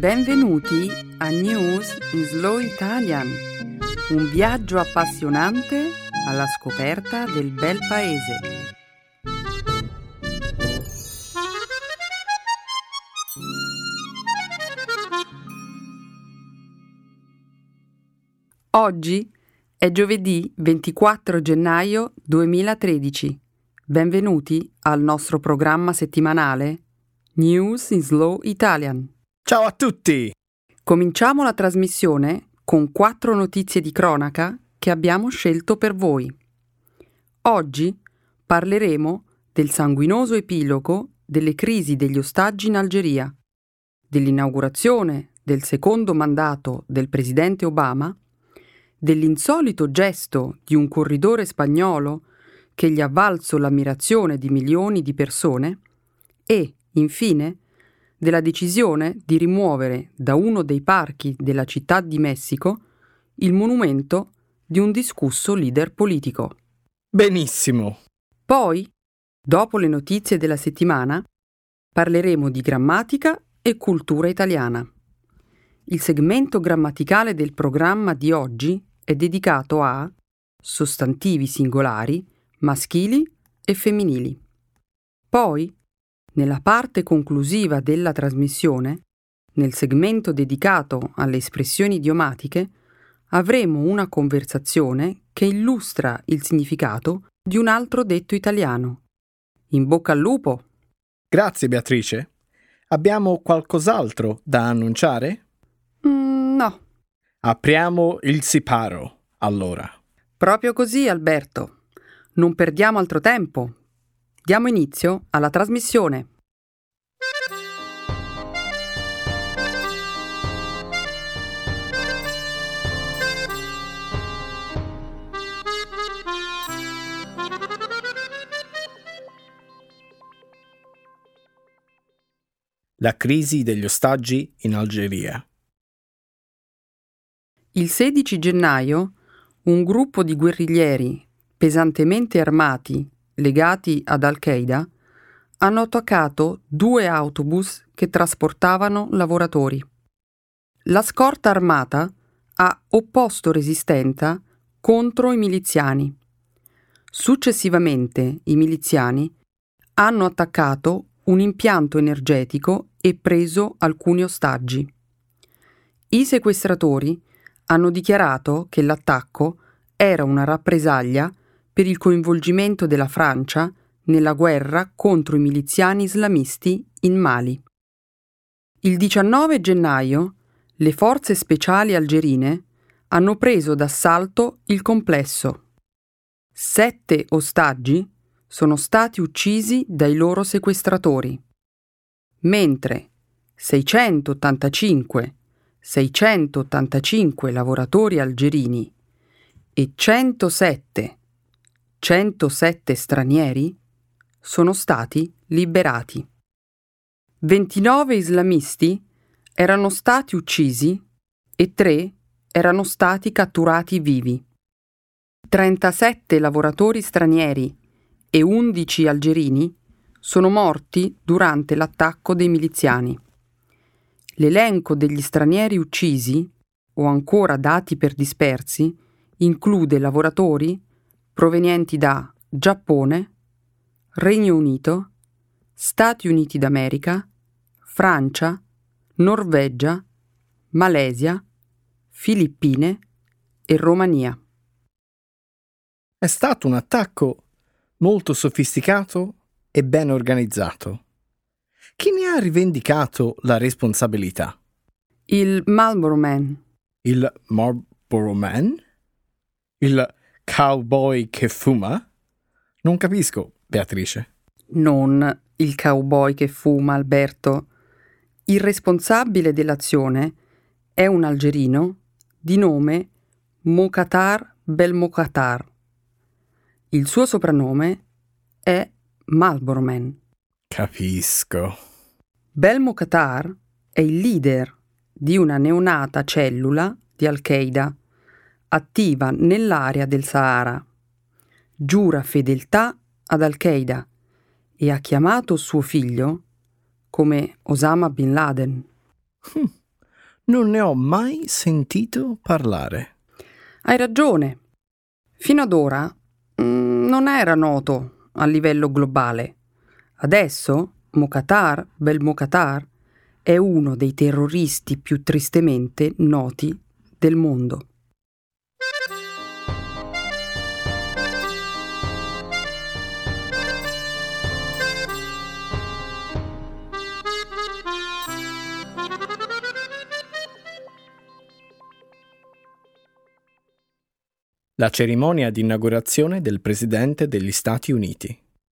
Benvenuti a News in Slow Italian, un viaggio appassionante alla scoperta del bel paese. Oggi è giovedì 24 gennaio 2013. Benvenuti al nostro programma settimanale News in Slow Italian. Ciao a tutti! Cominciamo la trasmissione con 4 notizie di cronaca che abbiamo scelto per voi. Oggi parleremo del sanguinoso epilogo delle crisi degli ostaggi in Algeria, dell'inaugurazione del secondo mandato del presidente Obama, dell'insolito gesto di un corridore spagnolo che gli ha valso l'ammirazione di milioni di persone e, infine, della decisione di rimuovere da uno dei parchi della città di Messico il monumento di un discusso leader politico. Benissimo! Poi, dopo le notizie della settimana, parleremo di grammatica e cultura italiana. Il segmento grammaticale del programma di oggi è dedicato a sostantivi singolari, maschili e femminili. Poi, nella parte conclusiva della trasmissione, nel segmento dedicato alle espressioni idiomatiche, avremo una conversazione che illustra il significato di un altro detto italiano. In bocca al lupo! Grazie Beatrice. Abbiamo qualcos'altro da annunciare? No. Apriamo il siparo, allora. Proprio così, Alberto. Non perdiamo altro tempo. Diamo inizio alla trasmissione. La crisi degli ostaggi in Algeria. Il 16 gennaio, un gruppo di guerriglieri pesantemente armati legati ad Al-Qaeda hanno attaccato 2 autobus che trasportavano lavoratori. La scorta armata ha opposto resistenza contro i miliziani. Successivamente i miliziani hanno attaccato un impianto energetico e preso alcuni ostaggi. I sequestratori hanno dichiarato che l'attacco era una rappresaglia per il coinvolgimento della Francia nella guerra contro i miliziani islamisti in Mali. Il 19 gennaio le forze speciali algerine hanno preso d'assalto il complesso. 7 ostaggi sono stati uccisi dai loro sequestratori, mentre 685 lavoratori algerini e 107 stranieri sono stati liberati. 29 islamisti erano stati uccisi e 3 erano stati catturati vivi. 37 lavoratori stranieri e 11 algerini sono morti durante l'attacco dei miliziani. L'elenco degli stranieri uccisi, o ancora dati per dispersi, include lavoratori provenienti da Giappone, Regno Unito, Stati Uniti d'America, Francia, Norvegia, Malesia, Filippine e Romania. È stato un attacco molto sofisticato e ben organizzato. Chi ne ha rivendicato la responsabilità? Il Marlboro Man. Il Marlboro Man? Il cowboy che fuma? Non capisco, Beatrice. Non il cowboy che fuma, Alberto. Il responsabile dell'azione è un algerino di nome Mokhtar Belmokhtar. Il suo soprannome è Marlboro Man. Capisco. Belmokhtar è il leader di una neonata cellula di Al-Qaeda attiva nell'area del Sahara. Giura fedeltà ad Al-Qaeda e ha chiamato suo figlio come Osama Bin Laden. Non ne ho mai sentito parlare. Hai ragione. Fino ad ora non era noto a livello globale. Adesso Mokhtar Belmokhtar è uno dei terroristi più tristemente noti del mondo. La cerimonia di inaugurazione del Presidente degli Stati Uniti.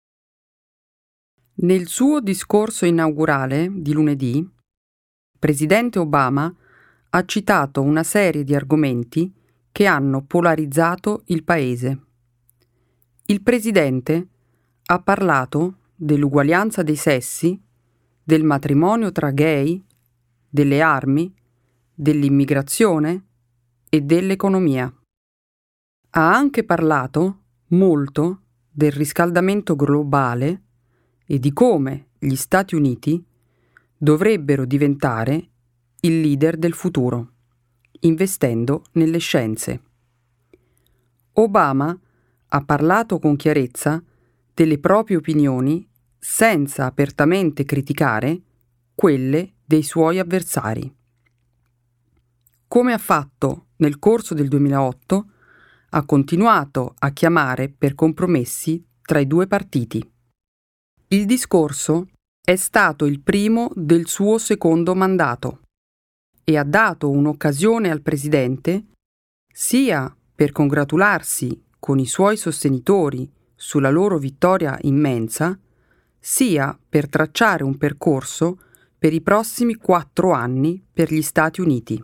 Nel suo discorso inaugurale di lunedì, Presidente Obama ha citato una serie di argomenti che hanno polarizzato il paese. Il Presidente ha parlato dell'uguaglianza dei sessi, del matrimonio tra gay, delle armi, dell'immigrazione e dell'economia. Ha anche parlato molto del riscaldamento globale e di come gli Stati Uniti dovrebbero diventare il leader del futuro, investendo nelle scienze. Obama ha parlato con chiarezza delle proprie opinioni senza apertamente criticare quelle dei suoi avversari. Come ha fatto nel corso del 2008, ha continuato a chiamare per compromessi tra i due partiti. Il discorso è stato il primo del suo secondo mandato e ha dato un'occasione al Presidente sia per congratularsi con i suoi sostenitori sulla loro vittoria immensa, sia per tracciare un percorso per i prossimi 4 anni per gli Stati Uniti.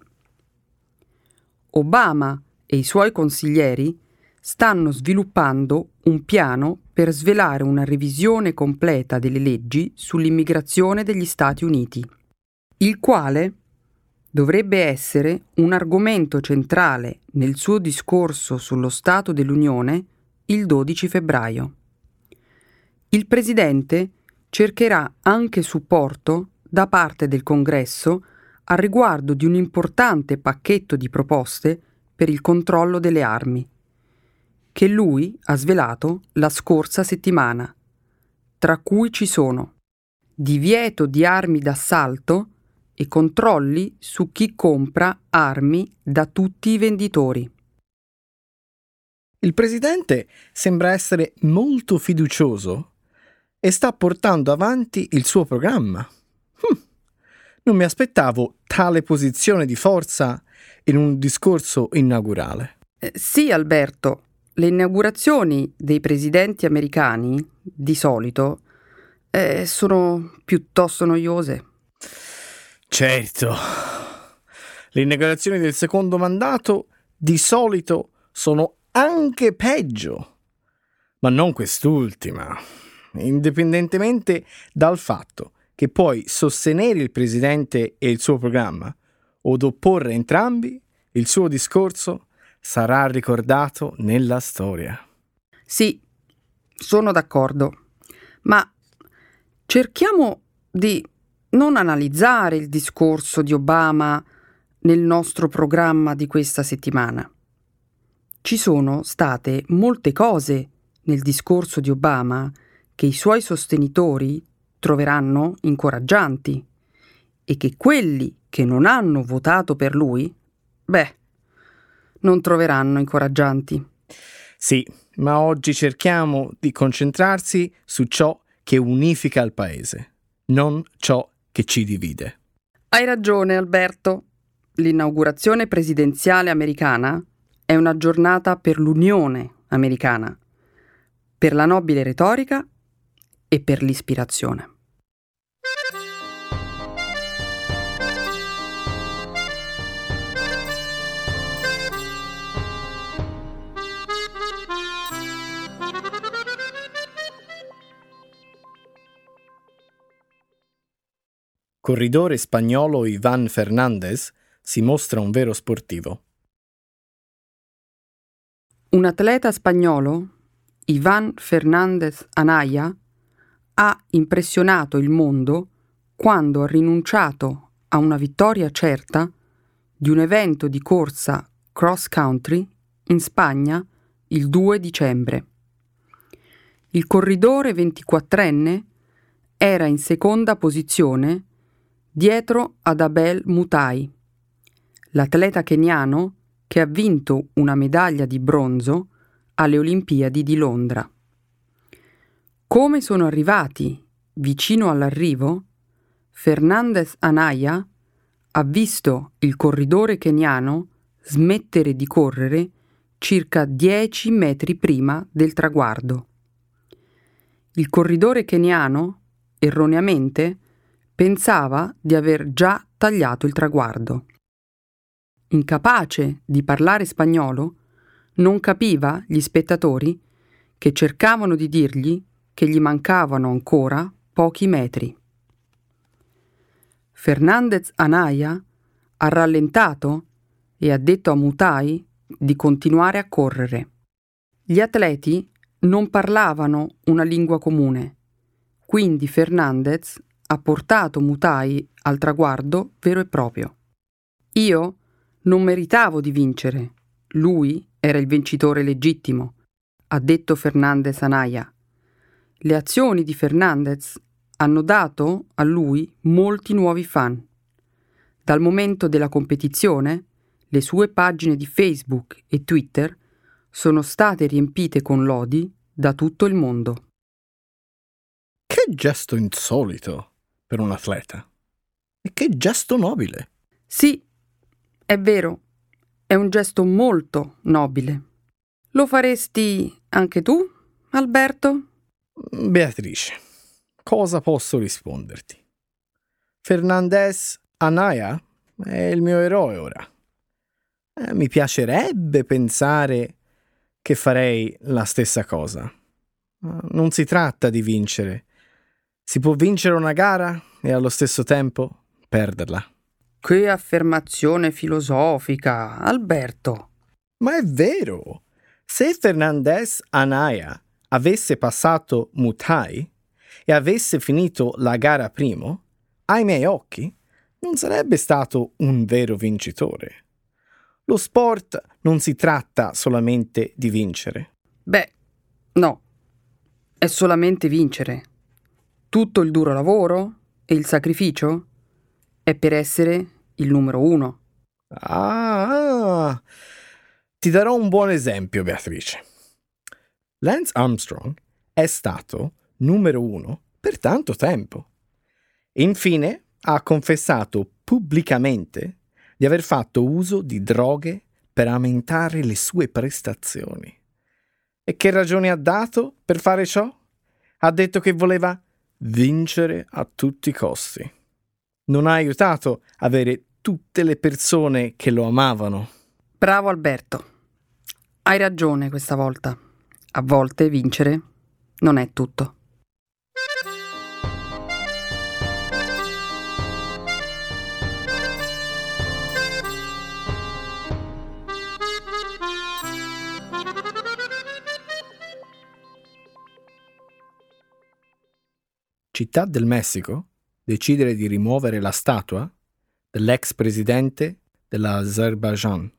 Obama e i suoi consiglieri stanno sviluppando un piano per svelare una revisione completa delle leggi sull'immigrazione degli Stati Uniti, il quale dovrebbe essere un argomento centrale nel suo discorso sullo Stato dell'Unione il 12 febbraio. Il Presidente cercherà anche supporto da parte del Congresso al riguardo di un importante pacchetto di proposte per il controllo delle armi, che lui ha svelato la scorsa settimana, tra cui ci sono divieto di armi d'assalto e controlli su chi compra armi da tutti i venditori. Il Presidente sembra essere molto fiducioso e sta portando avanti il suo programma. Non mi aspettavo tale posizione di forza in un discorso inaugurale. Sì, Alberto, le inaugurazioni dei presidenti americani, di solito, sono piuttosto noiose. Certo, le inaugurazioni del secondo mandato di solito sono anche peggio, ma non quest'ultima, indipendentemente dal fatto che puoi sostenere il Presidente e il suo programma od opporre entrambi, il suo discorso sarà ricordato nella storia. Sì, sono d'accordo, ma cerchiamo di non analizzare il discorso di Obama nel nostro programma di questa settimana. Ci sono state molte cose nel discorso di Obama che i suoi sostenitori troveranno incoraggianti e che quelli che non hanno votato per lui, non troveranno incoraggianti. Sì, ma oggi cerchiamo di concentrarsi su ciò che unifica il paese, non ciò che ci divide. Hai ragione, Alberto. L'inaugurazione presidenziale americana è una giornata per l'Unione americana, per la nobile retorica e per l'ispirazione. Corridore spagnolo Iván Fernández si mostra un vero sportivo. Un atleta spagnolo, Iván Fernández Anaya, ha impressionato il mondo quando ha rinunciato a una vittoria certa di un evento di corsa cross country in Spagna il 2 dicembre. Il corridore 24enne era in seconda posizione dietro ad Abel Mutai, l'atleta keniano che ha vinto una medaglia di bronzo alle Olimpiadi di Londra. Come sono arrivati vicino all'arrivo, Fernández Anaya ha visto il corridore keniano smettere di correre circa 10 metri prima del traguardo. Il corridore keniano, erroneamente, pensava di aver già tagliato il traguardo. Incapace di parlare spagnolo, non capiva gli spettatori che cercavano di dirgli che gli mancavano ancora pochi metri. Fernández Anaya ha rallentato e ha detto a Mutai di continuare a correre. Gli atleti non parlavano una lingua comune, quindi Fernández ha portato Mutai al traguardo vero e proprio. Io non meritavo di vincere, lui era il vincitore legittimo, ha detto Fernández Anaya. Le azioni di Fernández hanno dato a lui molti nuovi fan. Dal momento della competizione, le sue pagine di Facebook e Twitter sono state riempite con lodi da tutto il mondo. Che gesto insolito per un atleta! E che gesto nobile! Sì, è vero, è un gesto molto nobile. Lo faresti anche tu, Alberto? Beatrice, cosa posso risponderti? Fernández Anaya è il mio eroe ora. Mi piacerebbe pensare che farei la stessa cosa. Non si tratta di vincere. Si può vincere una gara e allo stesso tempo perderla. Che affermazione filosofica, Alberto! Ma è vero! Se Fernández Anaya avesse passato Mutai e avesse finito la gara primo, ai miei occhi non sarebbe stato un vero vincitore. Lo sport non si tratta solamente di vincere. Beh, no, è solamente vincere. Tutto il duro lavoro e il sacrificio è per essere il numero 1. Ti darò un buon esempio, Beatrice. Lance Armstrong è stato numero 1 per tanto tempo. Infine ha confessato pubblicamente di aver fatto uso di droghe per aumentare le sue prestazioni. E che ragioni ha dato per fare ciò? Ha detto che voleva vincere a tutti i costi. Non ha aiutato avere tutte le persone che lo amavano. Bravo Alberto. Hai ragione questa volta. A volte vincere non è tutto. Città del Messico decidere di rimuovere la statua dell'ex presidente dell'Azerbaijan.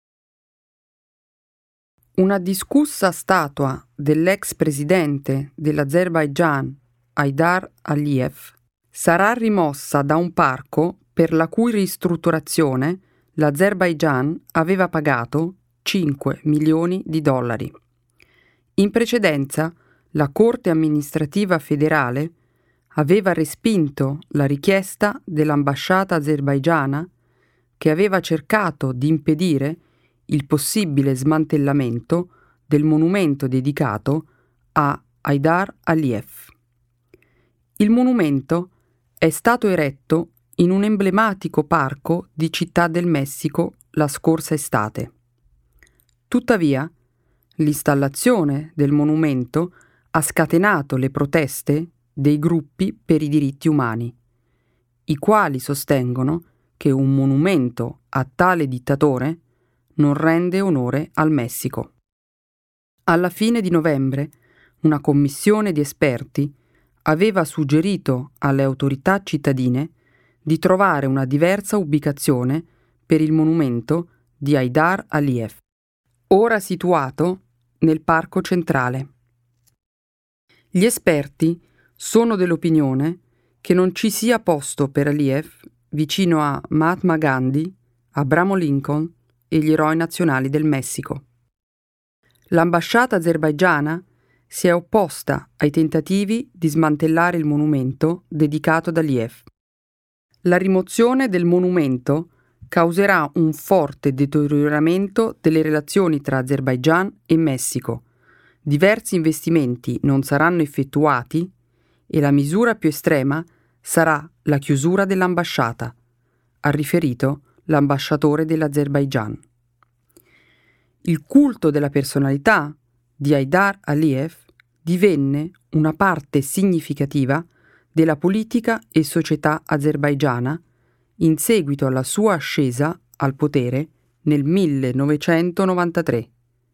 Una discussa statua dell'ex presidente dell'Azerbaigian, Haydar Aliyev, sarà rimossa da un parco per la cui ristrutturazione l'Azerbaigian aveva pagato 5 milioni di dollari. In precedenza, la Corte amministrativa federale aveva respinto la richiesta dell'ambasciata azerbaigiana che aveva cercato di impedire il possibile smantellamento del monumento dedicato a Haydar Aliyev. Il monumento è stato eretto in un emblematico parco di Città del Messico la scorsa estate. Tuttavia, l'installazione del monumento ha scatenato le proteste dei gruppi per i diritti umani, i quali sostengono che un monumento a tale dittatore non rende onore al Messico. Alla fine di novembre, una commissione di esperti aveva suggerito alle autorità cittadine di trovare una diversa ubicazione per il monumento di Haydar Aliyev, ora situato nel Parco Centrale. Gli esperti sono dell'opinione che non ci sia posto per Aliyev vicino a Mahatma Gandhi, Abramo Lincoln e gli eroi nazionali del Messico. L'ambasciata azerbaigiana si è opposta ai tentativi di smantellare il monumento dedicato ad Aliyev. La rimozione del monumento causerà un forte deterioramento delle relazioni tra Azerbaigian e Messico. Diversi investimenti non saranno effettuati e la misura più estrema sarà la chiusura dell'ambasciata, ha riferito l'ambasciatore dell'Azerbaigian. Il culto della personalità di Haydar Aliyev divenne una parte significativa della politica e società azerbaigiana in seguito alla sua ascesa al potere nel 1993.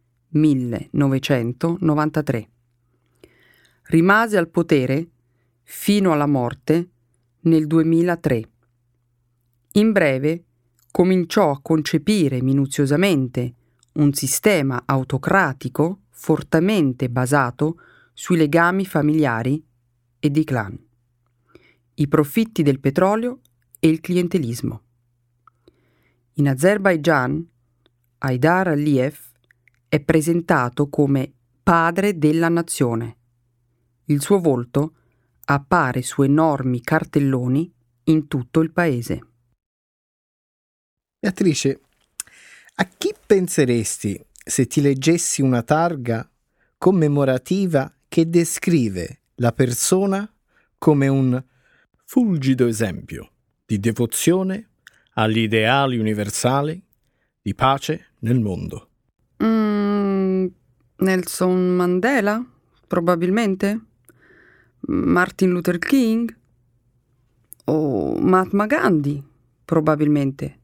Rimase al potere fino alla morte nel 2003. In breve, cominciò a concepire minuziosamente un sistema autocratico fortemente basato sui legami familiari e di clan, i profitti del petrolio e il clientelismo. In Azerbaigian, Haydar Aliyev è presentato come padre della nazione. Il suo volto appare su enormi cartelloni in tutto il paese. Beatrice, a chi penseresti se ti leggessi una targa commemorativa che descrive la persona come un fulgido esempio di devozione agli ideali universali di pace nel mondo? Nelson Mandela, probabilmente? Martin Luther King? O Mahatma Gandhi, probabilmente?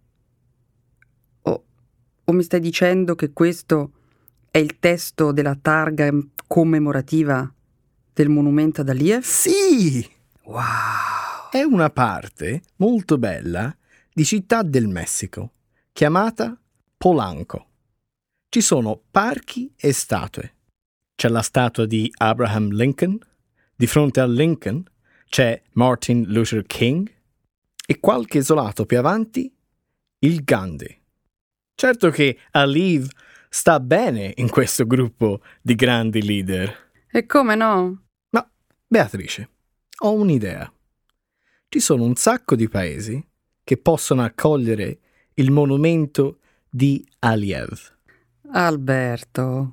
O mi stai dicendo che questo è il testo della targa commemorativa del monumento ad Aliyev? Sì! Wow! È una parte molto bella di Città del Messico, chiamata Polanco. Ci sono parchi e statue. C'è la statua di Abraham Lincoln, di fronte a Lincoln c'è Martin Luther King e qualche isolato più avanti il Gandhi. Certo che Aliyev sta bene in questo gruppo di grandi leader. E come no? Ma, Beatrice, ho un'idea. Ci sono un sacco di paesi che possono accogliere il monumento di Aliyev. Alberto.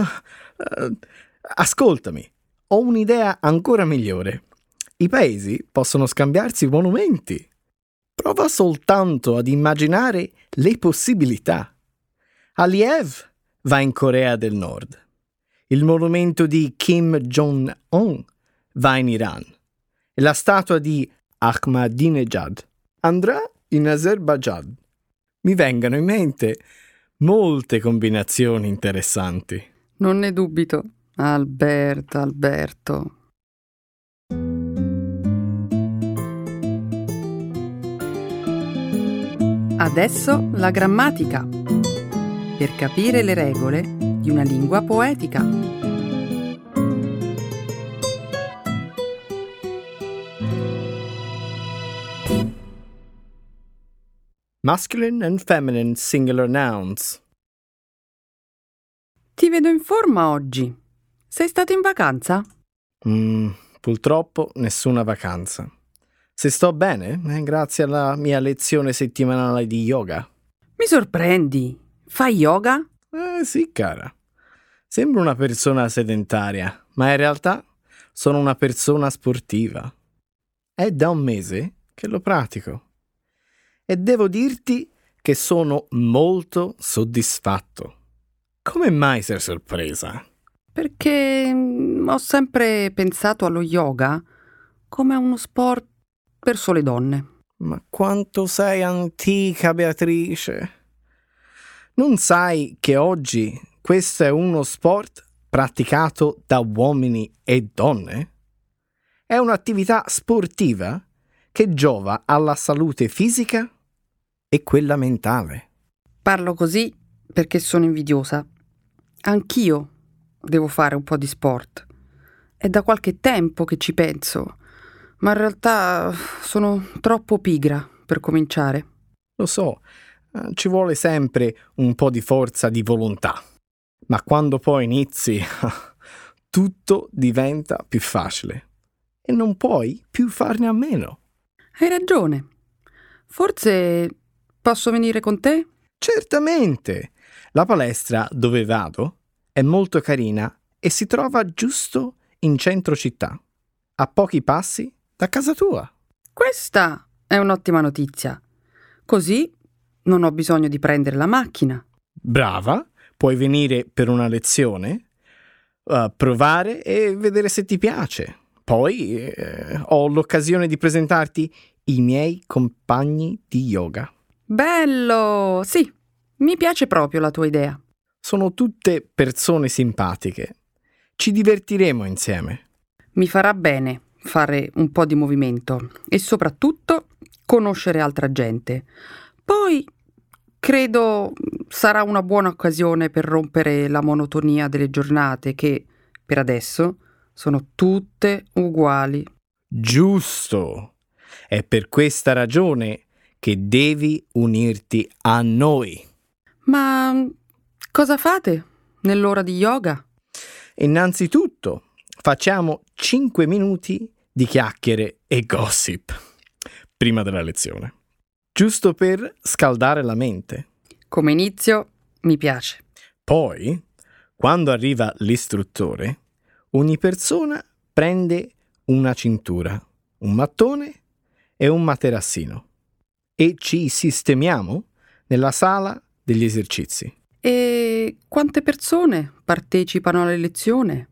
Ascoltami, ho un'idea ancora migliore. I paesi possono scambiarsi monumenti. Prova soltanto ad immaginare le possibilità. Aliyev va in Corea del Nord. Il monumento di Kim Jong-un va in Iran. E la statua di Ahmadinejad andrà in Azerbaigian. Mi vengono in mente molte combinazioni interessanti. Non ne dubito. Alberto. Adesso la grammatica, per capire le regole di una lingua poetica. Masculine and feminine singular nouns. Ti vedo in forma oggi. Sei stato in vacanza? Purtroppo nessuna vacanza. Se sto bene, grazie alla mia lezione settimanale di yoga. Mi sorprendi. Fai yoga? Sì, cara. Sembro una persona sedentaria, ma in realtà sono una persona sportiva. È da un mese che lo pratico. E devo dirti che sono molto soddisfatto. Come mai sei sorpresa? Perché ho sempre pensato allo yoga come a uno sport per sole donne. Ma quanto sei antica, Beatrice. Non sai che oggi questo è uno sport praticato da uomini e donne? È un'attività sportiva che giova alla salute fisica e quella mentale. Parlo così perché sono invidiosa. Anch'io devo fare un po' di sport. È da qualche tempo che ci penso, ma in realtà sono troppo pigra per cominciare. Lo so, ci vuole sempre un po' di forza di volontà, ma quando poi inizi, tutto diventa più facile e non puoi più farne a meno. Hai ragione. Forse posso venire con te? Certamente! La palestra dove vado è molto carina e si trova giusto in centro città, a pochi passi da casa tua. Questa è un'ottima notizia. Così non ho bisogno di prendere la macchina. Brava, puoi venire per una lezione, provare e vedere se ti piace. Poi ho l'occasione di presentarti i miei compagni di yoga. Bello! Sì, mi piace proprio la tua idea. Sono tutte persone simpatiche. Ci divertiremo insieme. Mi farà bene fare un po' di movimento e soprattutto conoscere altra gente. Poi credo sarà una buona occasione per rompere la monotonia delle giornate che, per adesso, sono tutte uguali. Giusto! È per questa ragione che devi unirti a noi. Ma cosa fate nell'ora di yoga? Innanzitutto, facciamo 5 minuti di chiacchiere e gossip prima della lezione, giusto per scaldare la mente. Come inizio mi piace. Poi, quando arriva l'istruttore, ogni persona prende una cintura, un mattone e un materassino e ci sistemiamo nella sala degli esercizi. E quante persone partecipano alla lezione?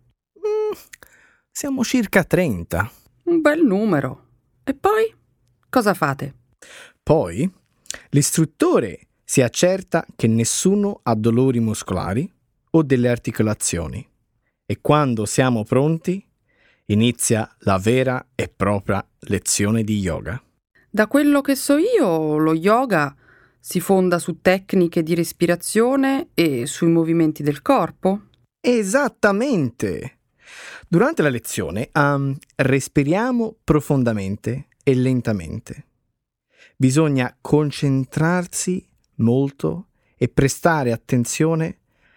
Siamo circa 30. Un bel numero. E poi cosa fate? Poi l'istruttore si accerta che nessuno ha dolori muscolari o delle articolazioni e quando siamo pronti inizia la vera e propria lezione di yoga. Da quello che so io, lo yoga si fonda su tecniche di respirazione e sui movimenti del corpo. Esattamente! Durante la lezione respiriamo profondamente e lentamente. Bisogna concentrarsi molto e prestare attenzione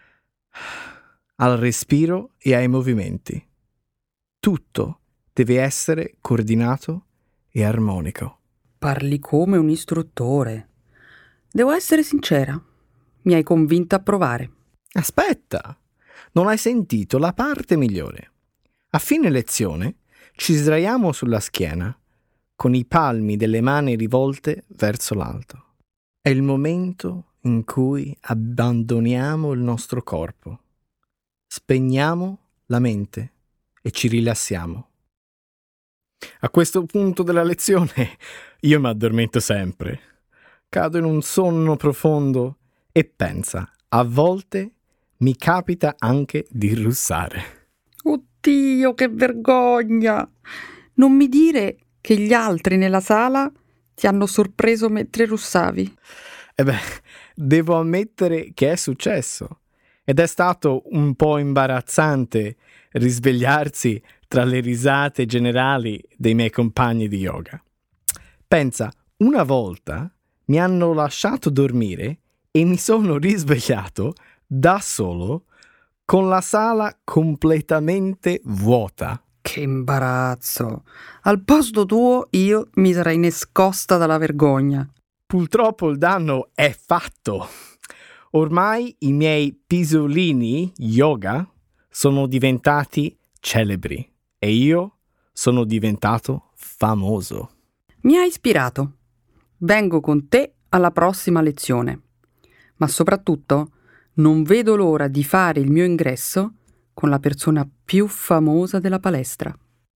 al respiro e ai movimenti. Tutto deve essere coordinato e armonico. Parli come un istruttore. Devo essere sincera, mi hai convinta a provare. Aspetta, non hai sentito la parte migliore. A fine lezione ci sdraiamo sulla schiena con i palmi delle mani rivolte verso l'alto. È il momento in cui abbandoniamo il nostro corpo, spegniamo la mente e ci rilassiamo. A questo punto della lezione io mi addormento sempre, cado in un sonno profondo e pensa, a volte mi capita anche di russare. Oddio, che vergogna! Non mi dire che gli altri nella sala ti hanno sorpreso mentre russavi. Devo ammettere che è successo ed è stato un po' imbarazzante risvegliarsi tra le risate generali dei miei compagni di yoga. Pensa, una volta mi hanno lasciato dormire e mi sono risvegliato da solo con la sala completamente vuota. Che imbarazzo! Al posto tuo io mi sarei nascosta dalla vergogna. Purtroppo il danno è fatto. Ormai i miei pisolini yoga sono diventati celebri e io sono diventato famoso. Mi ha ispirato. Vengo con te alla prossima lezione. Ma soprattutto non vedo l'ora di fare il mio ingresso con la persona più famosa della palestra.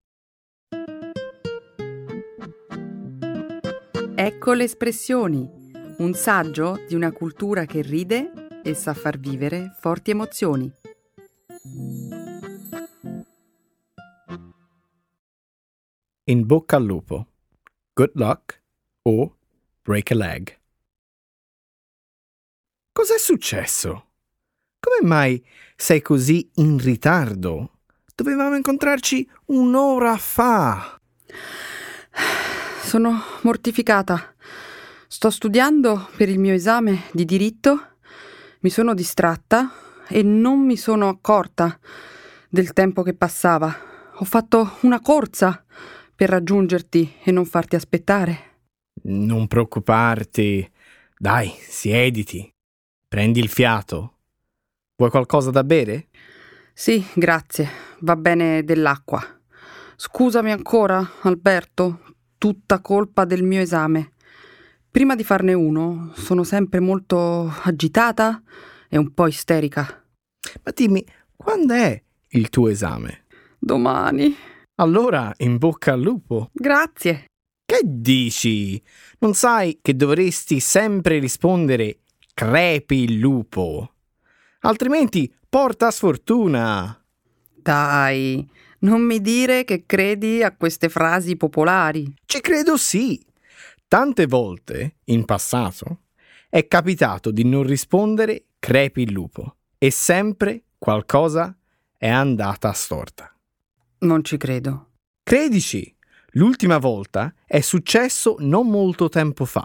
Ecco le espressioni, un saggio di una cultura che ride e sa far vivere forti emozioni. In bocca al lupo. Good luck or break a leg. Cos'è successo? Come mai sei così in ritardo? Dovevamo incontrarci un'ora fa. Sono mortificata. Sto studiando per il mio esame di diritto, mi sono distratta e non mi sono accorta del tempo che passava. Ho fatto una corsa per raggiungerti e non farti aspettare. Non preoccuparti. Dai, siediti. Prendi il fiato. Vuoi qualcosa da bere? Sì, grazie. Va bene dell'acqua. Scusami ancora, Alberto, tutta colpa del mio esame. Prima di farne uno, sono sempre molto agitata e un po' isterica. Ma dimmi, quando è il tuo esame? Domani. Allora, in bocca al lupo. Grazie. Che dici? Non sai che dovresti sempre rispondere crepi il lupo? Altrimenti porta sfortuna. Dai, non mi dire che credi a queste frasi popolari. Ci credo sì. Tante volte, in passato, è capitato di non rispondere crepi il lupo e sempre qualcosa è andata storta. Non ci credo. Credici, l'ultima volta è successo non molto tempo fa,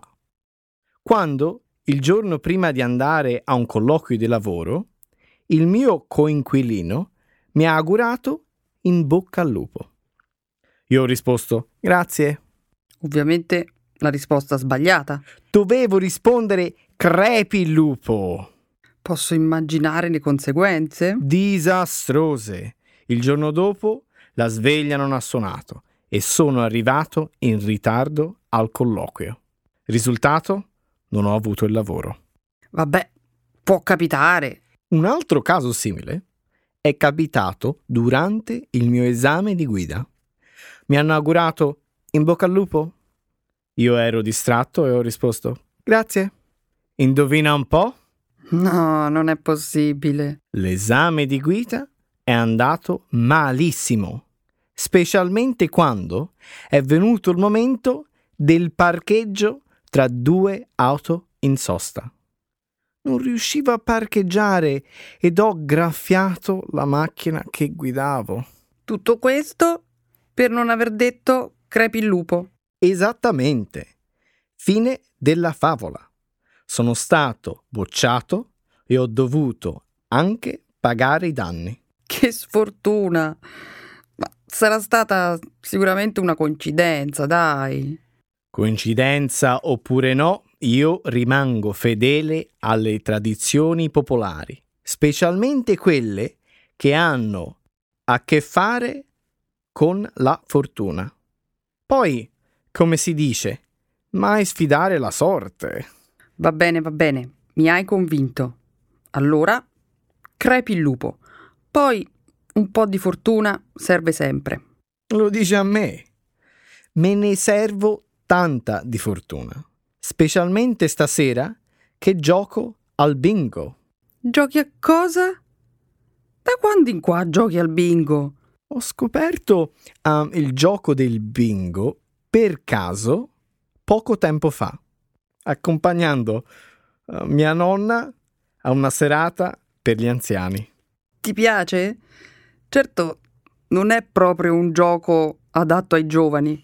quando, il giorno prima di andare a un colloquio di lavoro, il mio coinquilino mi ha augurato in bocca al lupo. Io ho risposto grazie. Ovviamente la risposta sbagliata. Dovevo rispondere crepi il lupo. Posso immaginare le conseguenze? Disastrose. Il giorno dopo la sveglia non ha suonato e sono arrivato in ritardo al colloquio. Risultato? Non ho avuto il lavoro. Vabbè, può capitare. Un altro caso simile è capitato durante il mio esame di guida. Mi hanno augurato in bocca al lupo. Io ero distratto e ho risposto grazie. Indovina un po'? No, non è possibile. L'esame di guida è andato malissimo, specialmente quando è venuto il momento del parcheggio tra due auto in sosta. Non riuscivo a parcheggiare ed ho graffiato la macchina che guidavo. Tutto questo per non aver detto crepi il lupo. Esattamente. Fine della favola. Sono stato bocciato e ho dovuto anche pagare i danni. Che sfortuna! Ma sarà stata sicuramente una coincidenza, dai. Coincidenza oppure no, io rimango fedele alle tradizioni popolari, specialmente quelle che hanno a che fare con la fortuna. Poi, come si dice, mai sfidare la sorte. Va bene, mi hai convinto. Allora, crepi il lupo. Poi un po' di fortuna serve sempre. Lo dice a me. Me ne servo tanta di fortuna, specialmente stasera che gioco al bingo. Giochi a cosa? Da quando in qua giochi al bingo? Ho scoperto il gioco del bingo per caso poco tempo fa, accompagnando mia nonna a una serata per gli anziani. Ti piace? Certo, non è proprio un gioco adatto ai giovani.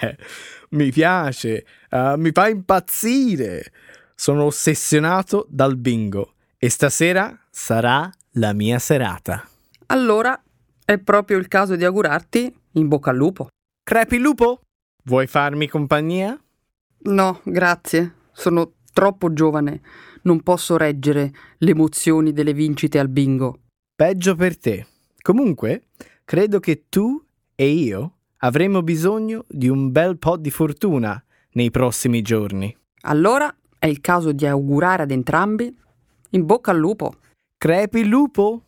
Mi piace, mi fa impazzire. Sono ossessionato dal bingo e stasera sarà la mia serata. Allora è proprio il caso di augurarti in bocca al lupo. Crepi il lupo? Vuoi farmi compagnia? No, grazie. Sono troppo giovane. Non posso reggere le emozioni delle vincite al bingo. Peggio per te. Comunque, credo che tu e io avremo bisogno di un bel po' di fortuna nei prossimi giorni. Allora è il caso di augurare ad entrambi in bocca al lupo. Crepi il lupo?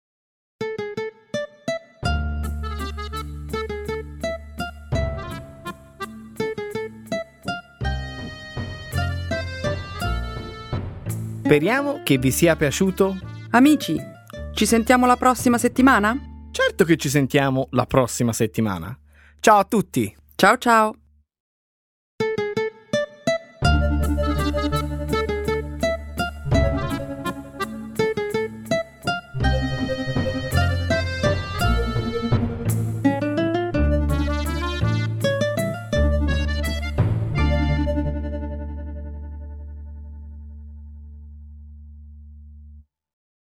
Speriamo che vi sia piaciuto. Amici, ci sentiamo la prossima settimana? Certo che ci sentiamo la prossima settimana. Ciao a tutti! Ciao ciao!